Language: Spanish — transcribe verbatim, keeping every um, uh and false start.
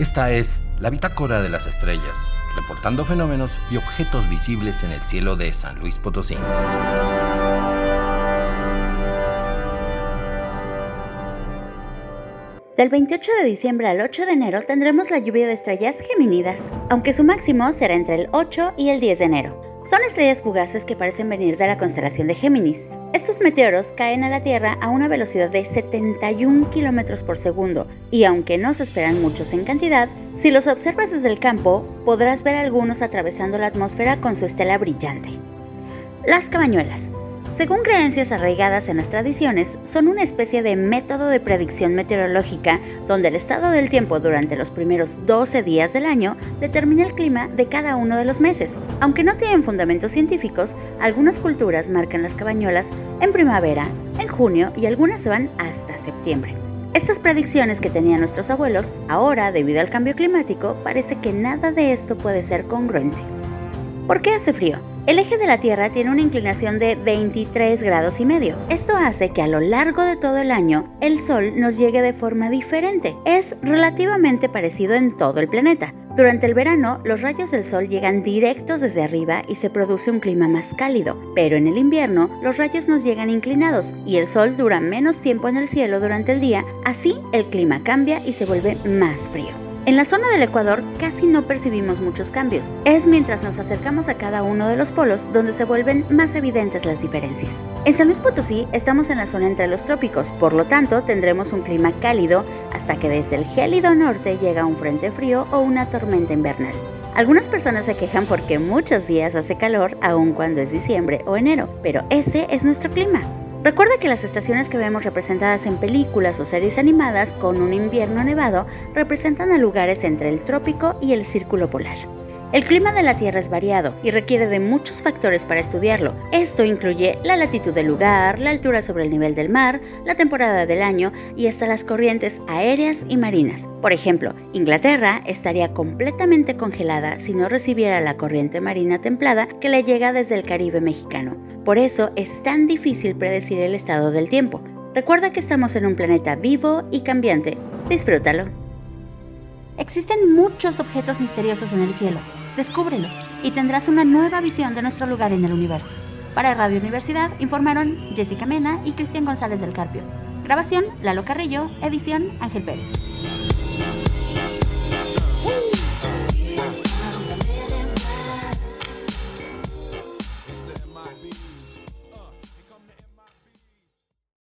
Esta es la Bitácora de las Estrellas, reportando fenómenos y objetos visibles en el cielo de San Luis Potosí. Del veintiocho de diciembre al ocho de enero tendremos la lluvia de estrellas geminidas, aunque su máximo será entre el ocho y el diez de enero. Son estrellas fugaces que parecen venir de la constelación de Géminis. Estos meteoros caen a la Tierra a una velocidad de setenta y un kilómetros por segundo, y aunque no se esperan muchos en cantidad, si los observas desde el campo, podrás ver algunos atravesando la atmósfera con su estela brillante. Las cabañuelas. Según creencias arraigadas en las tradiciones, son una especie de método de predicción meteorológica donde el estado del tiempo durante los primeros doce días del año determina el clima de cada uno de los meses. Aunque no tienen fundamentos científicos, algunas culturas marcan las cabañuelas en primavera, en junio y algunas se van hasta septiembre. Estas predicciones que tenían nuestros abuelos, ahora, debido al cambio climático, parece que nada de esto puede ser congruente. ¿Por qué hace frío? El eje de la Tierra tiene una inclinación de veintitrés grados y medio. Esto hace que a lo largo de todo el año el Sol nos llegue de forma diferente. Es relativamente parecido en todo el planeta. Durante el verano, los rayos del Sol llegan directos desde arriba y se produce un clima más cálido. Pero en el invierno, los rayos nos llegan inclinados y el Sol dura menos tiempo en el cielo durante el día. Así, el clima cambia y se vuelve más frío. En la zona del Ecuador casi no percibimos muchos cambios. Es mientras nos acercamos a cada uno de los polos donde se vuelven más evidentes las diferencias. En San Luis Potosí estamos en la zona entre los trópicos, por lo tanto tendremos un clima cálido hasta que desde el gélido norte llega un frente frío o una tormenta invernal. Algunas personas se quejan porque muchos días hace calor aun cuando es diciembre o enero, pero ese es nuestro clima. Recuerda que las estaciones que vemos representadas en películas o series animadas con un invierno nevado representan a lugares entre el trópico y el círculo polar. El clima de la Tierra es variado y requiere de muchos factores para estudiarlo. Esto incluye la latitud del lugar, la altura sobre el nivel del mar, la temporada del año y hasta las corrientes aéreas y marinas. Por ejemplo, Inglaterra estaría completamente congelada si no recibiera la corriente marina templada que le llega desde el Caribe mexicano. Por eso es tan difícil predecir el estado del tiempo. Recuerda que estamos en un planeta vivo y cambiante. Disfrútalo. Existen muchos objetos misteriosos en el cielo. Descúbrelos y tendrás una nueva visión de nuestro lugar en el universo. Para Radio Universidad informaron Jessica Mena y Cristian González del Carpio. Grabación, Lalo Carrillo. Edición, Ángel Pérez.